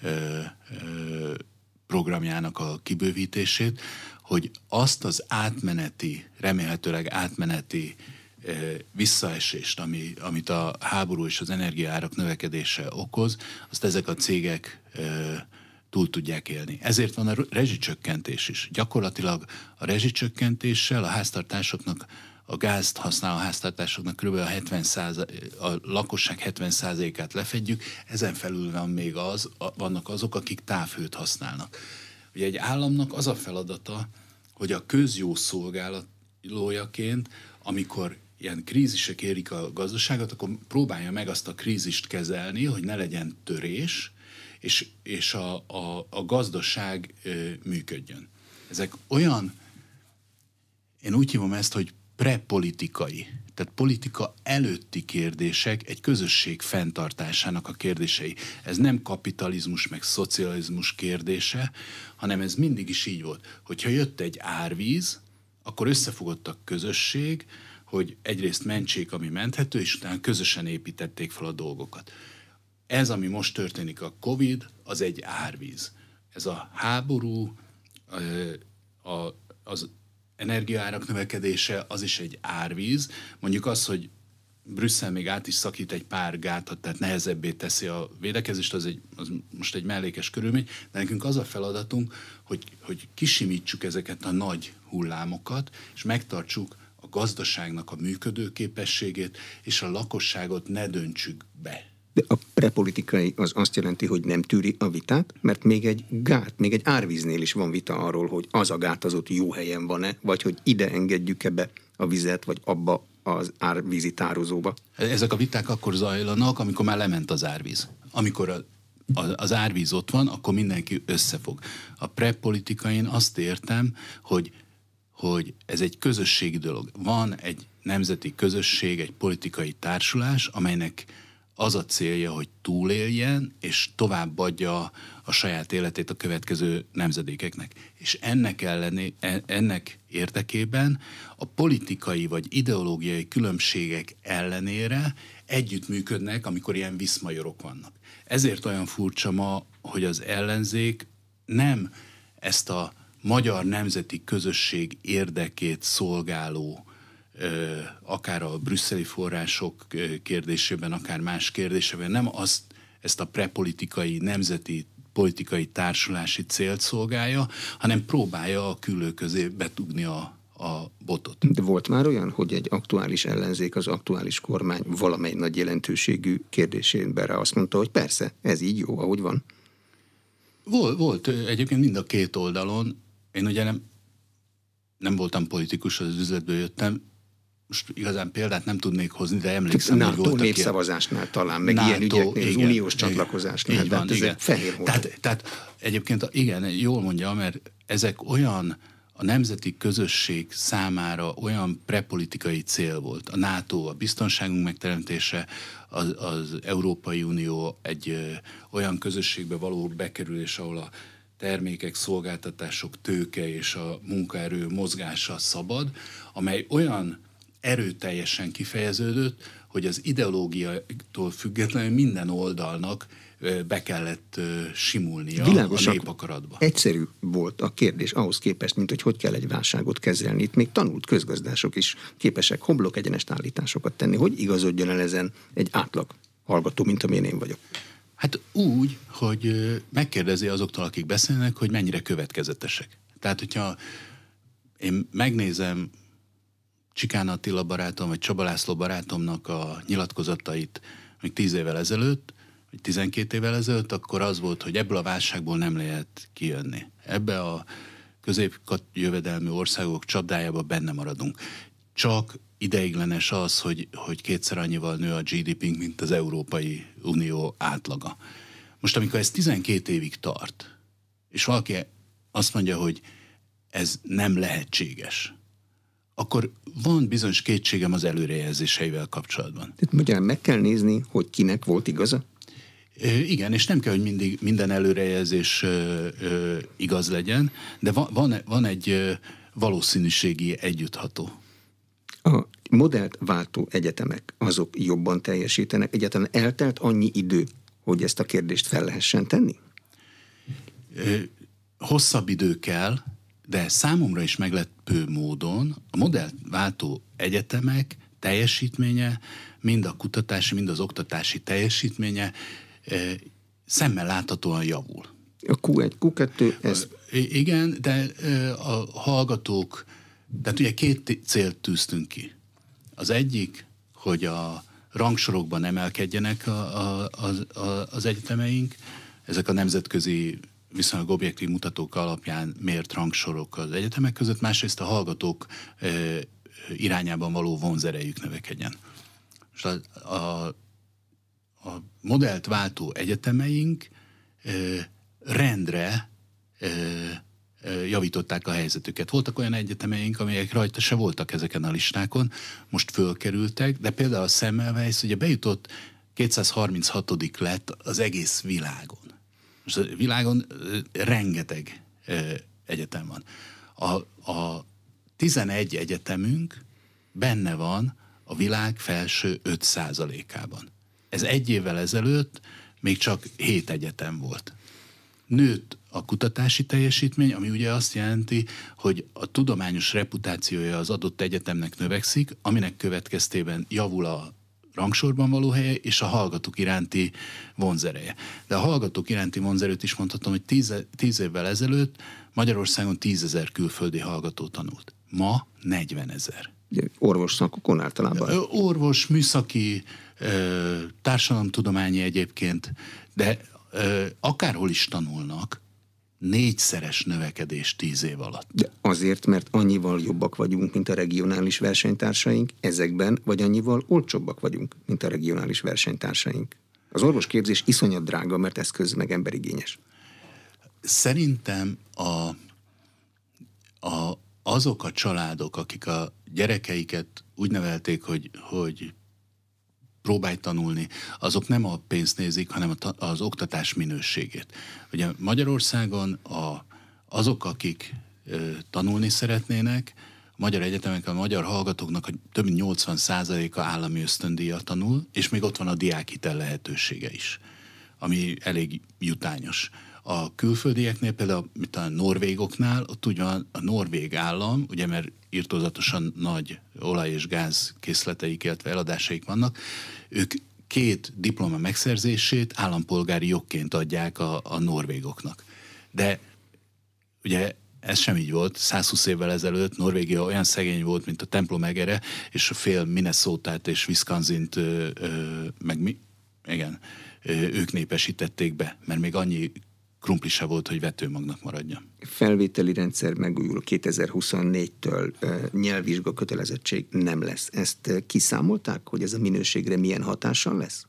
programjának a kibővítését, hogy azt az remélhetőleg átmeneti visszaesést, amit a háború és az energiaárak növekedése okoz, azt ezek a cégek túl tudják élni. Ezért van a rezsicsökkentés is. Gyakorlatilag a rezsicsökkentéssel a háztartásoknak, a gázt használó háztartásoknak kb. A lakosság 70%-át lefedjük, ezen felül van még vannak azok, akik távhőt használnak. Ugye egy államnak az a feladata, hogy a közjó szolgálójaként, amikor ilyen krízisek érik a gazdaságot, akkor próbálja meg azt a krízist kezelni, hogy ne legyen törés, és a gazdaság működjön. Ezek olyan, én úgy hívom ezt, hogy prepolitikai, tehát politika előtti kérdések, egy közösség fenntartásának a kérdései. Ez nem kapitalizmus meg szocializmus kérdése, hanem ez mindig is így volt. Hogyha jött egy árvíz, akkor összefogott a közösség, hogy egyrészt mentsék, ami menthető, és utána közösen építették fel a dolgokat. Ez, ami most történik, a Covid, az egy árvíz. Ez a háború, az energiaárak növekedése, az is egy árvíz. Mondjuk az, hogy Brüsszel még át is szakít egy pár gátat, tehát nehezebbé teszi a védekezést, az most egy mellékes körülmény, de nekünk az a feladatunk, hogy kisimítsuk ezeket a nagy hullámokat, és megtartsuk a gazdaságnak a működőképességét, és a lakosságot ne döntsük be. De a prepolitikai az azt jelenti, hogy nem tűri a vitát, mert még egy árvíznél is van vita arról, hogy az a gát az ott jó helyen van-e, vagy hogy ide engedjük-e be a vizet, vagy abba az árvízi tározóba. Ezek a viták akkor zajlanak, amikor már lement az árvíz. Amikor az árvíz ott van, akkor mindenki összefog. A prepolitikain azt értem, hogy ez egy közösségi dolog. Van egy nemzeti közösség, egy politikai társulás, amelynek az a célja, hogy túléljen, és továbbadja a saját életét a következő nemzedékeknek. És ennek érdekében a politikai vagy ideológiai különbségek ellenére együttműködnek, amikor ilyen viszmajorok vannak. Ezért olyan furcsa ma, hogy az ellenzék nem ezt a magyar nemzeti közösség érdekét szolgáló akár a brüsszeli források kérdésében, akár más kérdésében nem ezt a prepolitikai, nemzeti politikai társulási célt szolgálja, hanem próbálja a küllő közé betugni a botot. De volt már olyan, hogy egy aktuális ellenzék, az aktuális kormány valamely nagy jelentőségű kérdésében azt mondta, hogy persze, ez így jó, ahogy van? Volt egyébként mind a két oldalon. Én ugye nem voltam politikus, az üzletből jöttem. most igazán példát nem tudnék hozni, de emlékszem, NATO hogy voltak népszavazásnál talán, meg NATO, ilyen ügyeknél, az igen, uniós csatlakozásnál. Így van, igen. Tehát egyébként igen, jól mondja, mert ezek olyan a nemzeti közösség számára olyan prepolitikai cél volt. A NATO, a biztonságunk megteremtése, az Európai Unió egy olyan közösségbe való bekerülés, ahol a termékek, szolgáltatások, tőke és a munkaerő mozgása szabad, amely olyan erőteljesen kifejeződött, hogy az ideológiától függetlenül minden oldalnak be kellett simulnia a népakaratba. Egyszerű volt a kérdés ahhoz képest, mint hogy kell egy válságot kezelni. Itt még tanult közgazdások is képesek homlok egyenest állításokat tenni. Hogy igazodjon el ezen egy átlag hallgató, mint amilyen én vagyok? Hát úgy, hogy megkérdezi azoktól, akik beszélnek, hogy mennyire következetesek. Tehát, hogyha én megnézem Csikán Attila barátom, vagy Csaba László barátomnak a nyilatkozatait még 10 évvel ezelőtt, vagy 12 évvel ezelőtt, akkor az volt, hogy ebből a válságból nem lehet kijönni. Ebbe a középjövedelmű országok csapdájába benne maradunk. Csak ideiglenes az, hogy kétszer annyival nő a GDP-nk, mint az Európai Unió átlaga. Most, amikor ez 12 évig tart, és valaki azt mondja, hogy ez nem lehetséges, akkor van bizonyos kétségem az előrejelzéseivel kapcsolatban. Tehát magyarán meg kell nézni, hogy kinek volt igaza? Igen, és nem kell, hogy mindig minden előrejelzés igaz legyen, de van egy valószínűségi együttható. A modellt váltó egyetemek, azok jobban teljesítenek? Egyáltalán eltelt annyi idő, hogy ezt a kérdést fel lehessen tenni? Hosszabb idő kell, de számomra is meglepő módon a modellt váltó egyetemek teljesítménye, mind a kutatási, mind az oktatási teljesítménye szemmel láthatóan javul. A Q1, Q2, ez... Igen, de a hallgatók, tehát ugye 2 célt tűztünk ki. Az egyik, hogy a rangsorokban emelkedjenek az egyetemeink, ezek a nemzetközi viszonylag objektív mutatók alapján mért rangsorok az egyetemek között, másrészt a hallgatók irányában való vonzerejük növekedjen. És a modellt váltó egyetemeink rendre javították a helyzetüket. Voltak olyan egyetemeink, amelyek rajta se voltak ezeken a listákon, most fölkerültek, de például a Semmelweis ugye bejutott 236. lett az egész világon. Most a világon rengeteg egyetem van. A 11 egyetemünk benne van a világ felső 5%-ában. Ez 1 évvel ezelőtt még csak 7 egyetem volt. Nőtt a kutatási teljesítmény, ami ugye azt jelenti, hogy a tudományos reputációja az adott egyetemnek növekszik, aminek következtében javul a rangsorban való helye és a hallgatók iránti vonzereje. De a hallgatók iránti vonzerőt is mondhatom, hogy 10 évvel ezelőtt Magyarországon 10 000 külföldi hallgató tanult. Ma 40 000. Orvos szakokon általában? Orvos, műszaki, társadalomtudományi egyébként, de akárhol is tanulnak, 4-szeres növekedés 10 év alatt. De azért, mert annyival jobbak vagyunk, mint a regionális versenytársaink ezekben, vagy annyival olcsóbbak vagyunk, mint a regionális versenytársaink? Az orvosképzés iszonyat drága, mert eszköz meg emberigényes. Szerintem azok a családok, akik a gyerekeiket úgy nevelték, hogy próbálj tanulni, azok nem a pénzt nézik, hanem az oktatás minőségét. Ugye Magyarországon azok, akik tanulni szeretnének, a magyar egyetemeken, a magyar hallgatóknak több mint 80%-a állami ösztöndíjjal tanul, és még ott van a diákhitel lehetősége is, ami elég jutányos. A külföldieknél, például mint a norvégoknál, ott úgy van a norvég állam, ugye mert irtózatosan nagy olaj- és gáz készleteik, illetve eladásaik vannak, ők 2 diploma megszerzését állampolgári jogként adják a norvégoknak. De ugye ez sem így volt. 120 évvel ezelőtt Norvégia olyan szegény volt, mint a templom egere, és a fél Minnesotát és Wisconsin-t ők népesítették be, mert még annyi krumpli se volt, hogy vetőmagnak maradjon. Felvételi rendszer megújul 2024-től, nyelvvizsga kötelezettség nem lesz. Ezt kiszámolták, hogy ez a minőségre milyen hatással lesz?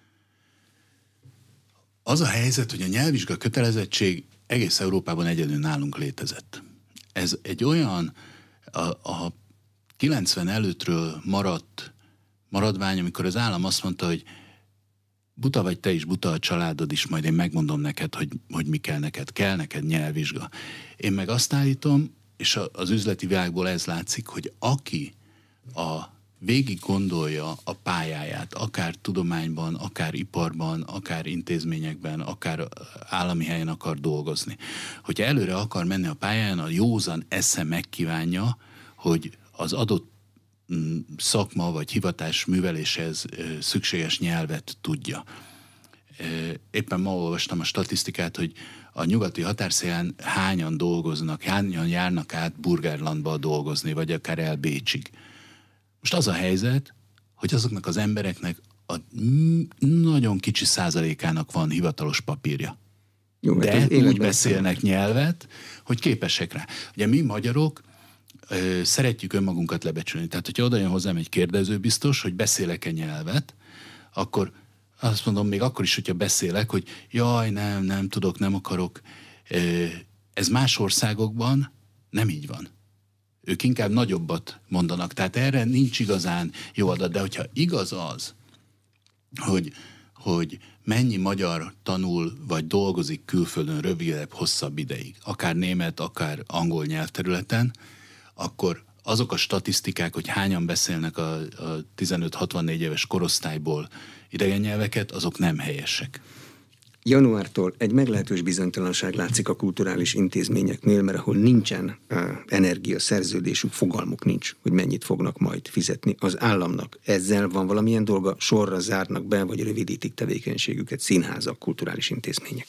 Az a helyzet, hogy a nyelvvizsga kötelezettség egész Európában egyedül nálunk létezett. Ez egy olyan a 90 előttről maradt maradvány, amikor az állam azt mondta, hogy buta vagy te is, buta a családod is, majd én megmondom neked, hogy mi kell neked nyelvvizsga. Én meg azt állítom, és az üzleti világból ez látszik, hogy aki végig gondolja a pályáját, akár tudományban, akár iparban, akár intézményekben, akár állami helyen akar dolgozni. Hogyha előre akar menni a pályán, a józan esze megkívánja, hogy az adott szakma vagy hivatás műveléshez szükséges nyelvet tudja. Éppen ma olvastam a statisztikát, hogy a nyugati határszélen hányan dolgoznak, hányan járnak át Burgerlandba dolgozni, vagy akár el Bécsig. Most az a helyzet, hogy azoknak az embereknek a nagyon kicsi százalékának van hivatalos papírja. Jó, de úgy beszélnek nyelvet, hogy képesek rá. Ugye mi magyarok szeretjük önmagunkat lebecsülni. Tehát, hogyha oda jön hozzám egy kérdező biztos, hogy beszélek-e nyelvet, akkor azt mondom, még akkor is, hogyha beszélek, hogy jaj, nem tudok, nem akarok. Ez más országokban nem így van. Ők inkább nagyobbat mondanak. Tehát erre nincs igazán jó adat. De hogyha igaz az, hogy mennyi magyar tanul, vagy dolgozik külföldön rövidebb, hosszabb ideig, akár német, akár angol nyelvterületen, akkor azok a statisztikák, hogy hányan beszélnek a 15-64 éves korosztályból idegen nyelveket, azok nem helyesek. Januártól egy meglehetős bizonytalanság látszik a kulturális intézményeknél, mert ahol nincsen energiaszerződésük, fogalmuk nincs, hogy mennyit fognak majd fizetni az államnak. Ezzel van valamilyen dolga, sorra zárnak be, vagy rövidítik tevékenységüket színházak, kulturális intézmények?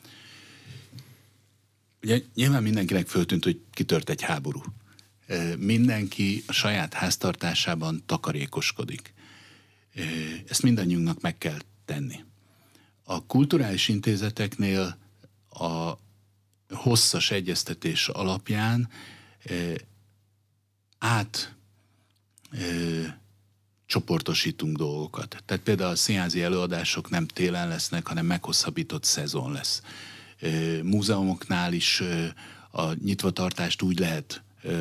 Ugye nyilván mindenkinek föltűnt, hogy kitört egy háború. Mindenki a saját háztartásában takarékoskodik. Ezt mindannyiunknak meg kell tenni. A kulturális intézeteknél a hosszas egyeztetés alapján csoportosítunk dolgokat. Tehát például a színházi előadások nem télen lesznek, hanem meghosszabbított szezon lesz. Múzeumoknál is a nyitvatartást úgy lehet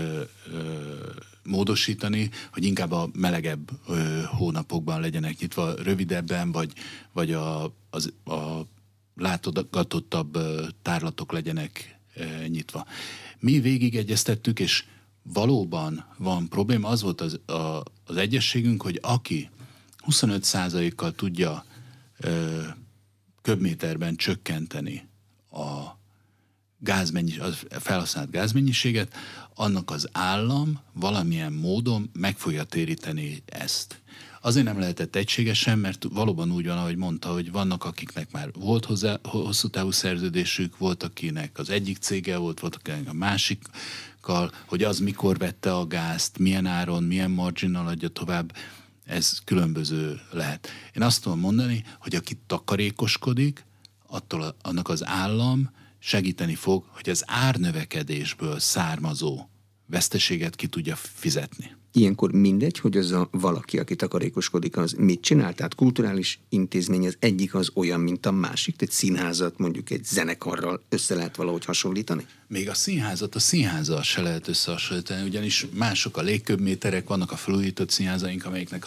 módosítani, hogy inkább a melegebb hónapokban legyenek nyitva, rövidebben, vagy a látogatottabb tárlatok legyenek nyitva. Mi végigegyeztettük, és valóban van probléma. Az volt az egyességünk, hogy aki 25%-kal tudja köbméterben csökkenteni a felhasznált gázmennyiséget, annak az állam valamilyen módon meg fogja téríteni ezt. Azért nem lehetett egységesen, mert valóban úgy van, ahogy mondta, hogy vannak, akiknek már volt hozzá hosszú távú szerződésük, volt, akinek az egyik cége volt akinek a másikkal, hogy az mikor vette a gázt, milyen áron, milyen marginnal adja tovább, ez különböző lehet. Én azt tudom mondani, hogy aki takarékoskodik, annak az állam segíteni fog, hogy az árnövekedésből származó veszteséget ki tudja fizetni. Ilyenkor mindegy, hogy az a valaki, aki takarékoskodik, az mit csinál? Tehát kulturális intézmény az egyik az olyan, mint a másik? Tehát színházat mondjuk egy zenekarral össze lehet valahogy hasonlítani? Még a színházat a színházzal se lehet összehasonlítani, ugyanis mások a légköbméterek, vannak a felújított színházaink, amelyiknek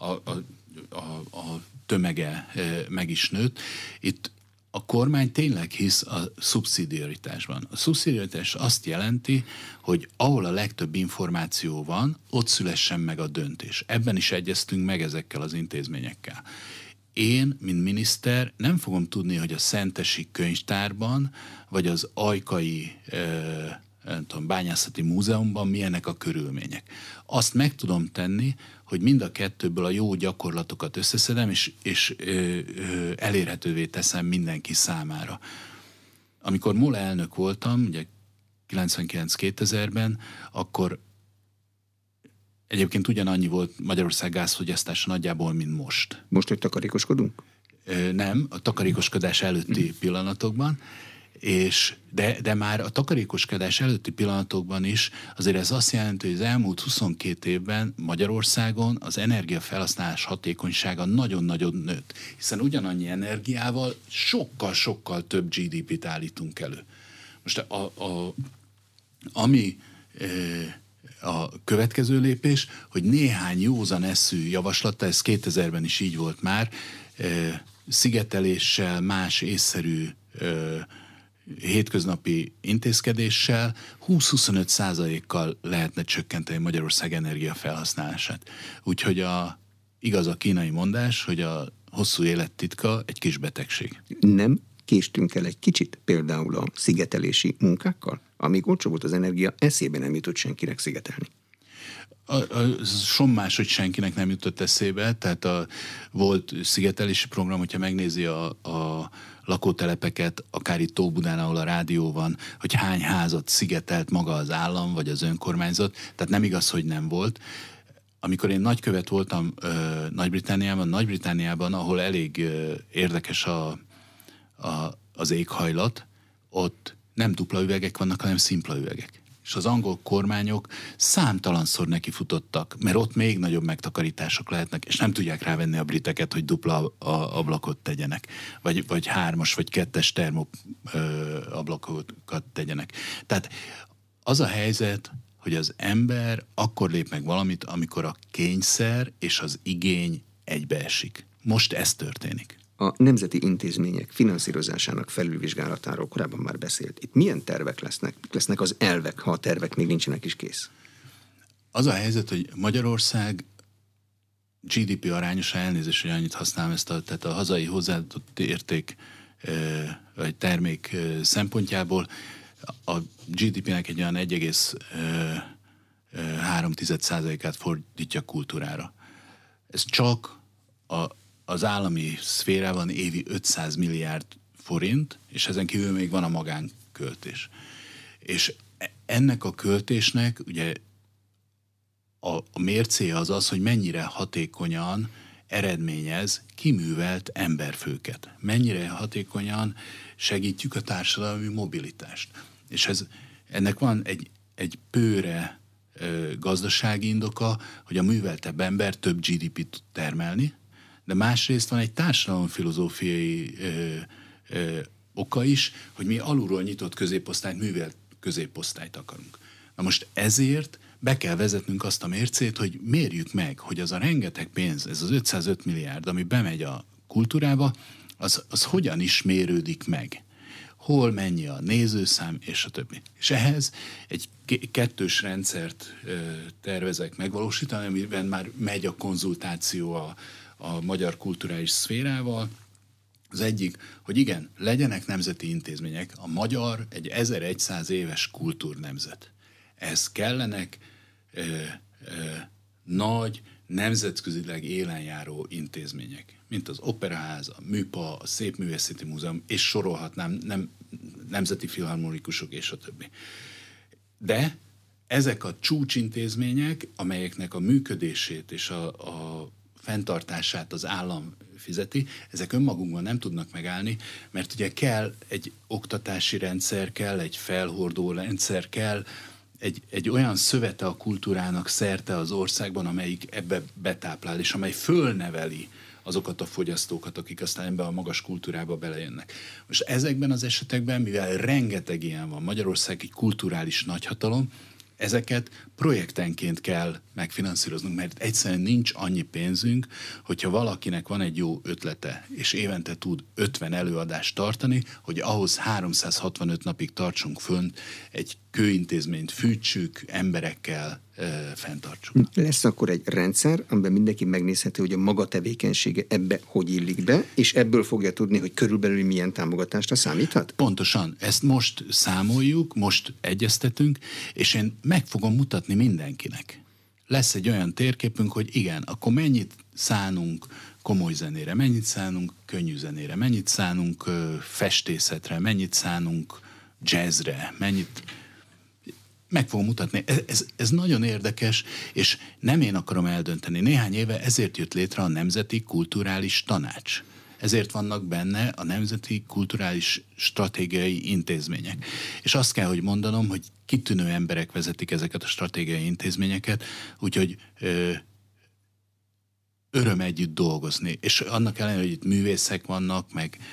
a tömege meg is nőtt. Itt a kormány tényleg hisz a szubszidiaritásban. A szubszidiaritás azt jelenti, hogy ahol a legtöbb információ van, ott szülessen meg a döntés. Ebben is egyeztünk meg ezekkel az intézményekkel. Én, mint miniszter, nem fogom tudni, hogy a Szentesi Könyvtárban, vagy az Ajkai Bányászati Múzeumban milyenek a körülmények. Azt meg tudom tenni, hogy mind a kettőből a jó gyakorlatokat összeszedem, és elérhetővé teszem mindenki számára. Amikor MOL elnök voltam, ugye 99-2000-ben, akkor egyébként ugyanannyi volt Magyarország gázfogyasztása nagyjából, mint most. Most, hogy takarékoskodunk? Nem, a takarékoskodás előtti pillanatokban, De már a takarékoskodás előtti pillanatokban is azért ez azt jelenti, hogy az elmúlt 22 évben Magyarországon az energiafelhasználás hatékonysága nagyon-nagyon nőtt, hiszen ugyanannyi energiával sokkal-sokkal több GDP-t állítunk elő. Most ami a következő lépés, hogy néhány józan eszű javaslata, ez 2000-ben is így volt már, szigeteléssel, más észszerű hétköznapi intézkedéssel 20-25%-kal lehetne csökkenteni Magyarország energiafelhasználását. Úgyhogy igaz a kínai mondás, hogy a hosszú élet titka egy kis betegség. Nem késtünk el egy kicsit például a szigetelési munkákkal? Amíg olcsó volt az energia, eszébe nem jutott senkinek szigetelni. Sommás, hogy senkinek nem jutott eszébe, tehát volt szigetelési program, hogyha megnézi a lakótelepeket, akár itt Óbudán, ahol a rádió van, hogy hány házat szigetelt maga az állam, vagy az önkormányzat, tehát nem igaz, hogy nem volt. Amikor én nagykövet voltam Nagy-Britanniában, ahol elég érdekes az éghajlat, ott nem dupla üvegek vannak, hanem szimpla üvegek. És az angol kormányok számtalanszor nekifutottak, mert ott még nagyobb megtakarítások lehetnek, és nem tudják rávenni a briteket, hogy dupla ablakot tegyenek, vagy 3-as, vagy 2-es termoablakokat tegyenek. Tehát az a helyzet, hogy az ember akkor lép meg valamit, amikor a kényszer és az igény egybeesik. Most ez történik. A nemzeti intézmények finanszírozásának felülvizsgálatáról korábban már beszélt. Itt milyen tervek lesznek? Lesznek az elvek, ha a tervek még nincsenek is kész? Az a helyzet, hogy Magyarország GDP arányosan, elnézést, hogy annyit használom tehát a hazai hozzáadott érték vagy termék szempontjából a GDP-nek egy olyan 1,3%-át fordítja kultúrára. Ez csak az állami szférában évi 500 milliárd forint, és ezen kívül még van a magánköltés. És ennek a költésnek ugye a mércéje az, hogy mennyire hatékonyan eredményez kiművelt emberfőket. Mennyire hatékonyan segítjük a társadalmi mobilitást. És ennek van egy bőre gazdasági indoka, hogy a műveltebb ember több GDP-t tud termelni, de másrészt van egy társadalomfilozófiai oka is, hogy mi alulról nyitott középosztályt, művelt középosztályt akarunk. Na most ezért be kell vezetnünk azt a mércét, hogy mérjük meg, hogy az a rengeteg pénz, ez az 505 milliárd, ami bemegy a kultúrába, az hogyan is mérődik meg. Hol mennyi a nézőszám, és a többi. És ehhez egy kettős rendszert tervezek megvalósítani, amiben már megy a konzultáció a magyar kulturális szférával. Az egyik, hogy igen, legyenek nemzeti intézmények. A magyar egy 1100 éves kultúrnemzet. Ez kellenek nagy, nemzetközileg élenjáró intézmények, mint az Operaház, a Műpa, a Szépművészeti Múzeum, és sorolhatnám, nemzeti filharmonikusok, és a többi. De ezek a csúcsintézmények, amelyeknek a működését és a fenntartását az állam fizeti, ezek önmagunkban nem tudnak megállni, mert ugye kell egy oktatási rendszer, kell egy felhordó rendszer, kell egy olyan szövete a kultúrának szerte az országban, amelyik ebbe betáplál, és amely fölneveli azokat a fogyasztókat, akik aztán ebbe a magas kultúrába belejönnek. Most ezekben az esetekben, mivel rengeteg ilyen van, Magyarország egy kulturális nagyhatalom, ezeket projektenként kell megfinanszíroznunk, mert egyszerűen nincs annyi pénzünk, hogyha valakinek van egy jó ötlete, és évente tud 50 előadást tartani, hogy ahhoz 365 napig tartsunk fönt egy kőintézményt, fűtsük, emberekkel fenntartsuk. Lesz akkor egy rendszer, amiben mindenki megnézheti, hogy a maga tevékenysége ebbe hogy illik be, és ebből fogja tudni, hogy körülbelül milyen támogatásra számíthat? Pontosan. Ezt most számoljuk, most egyeztetünk, és én meg fogom mutatni mindenkinek. Lesz egy olyan térképünk, hogy igen, akkor mennyit szánunk komoly zenére, mennyit szánunk könnyű zenére, mennyit szánunk festészetre, mennyit szánunk jazzre, mennyit... Meg fogom mutatni. Ez nagyon érdekes, és nem én akarom eldönteni. Néhány éve ezért jött létre a Nemzeti Kulturális Tanács. ezért vannak benne a nemzeti kulturális stratégiai intézmények. És azt kell, hogy mondanom, hogy kitűnő emberek vezetik ezeket a stratégiai intézményeket, úgyhogy öröm együtt dolgozni. És annak ellenére, hogy itt művészek vannak,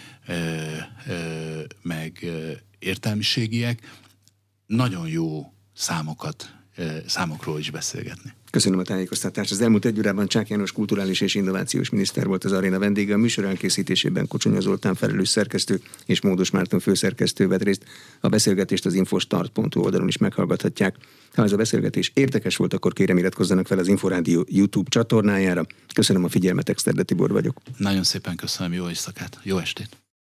meg értelmiségiek, nagyon jó számokról is beszélgetni. Köszönöm a tájékoztatást. Az elmúlt egy órában Csák János kulturális és innovációs miniszter volt az Aréna vendége. A műsor elkészítésében Kocsonya Zoltán felelős szerkesztő és Módos Márton főszerkesztő vett részt. A beszélgetést az infostart.hu oldalon is meghallgathatják. Ha ez a beszélgetés érdekes volt, akkor kérem iratkozzanak fel az Inforádió YouTube csatornájára. Köszönöm a figyelmet, Exterde Tibor vagyok. Nagyon szépen köszönöm, jó éjszakát, jó estét!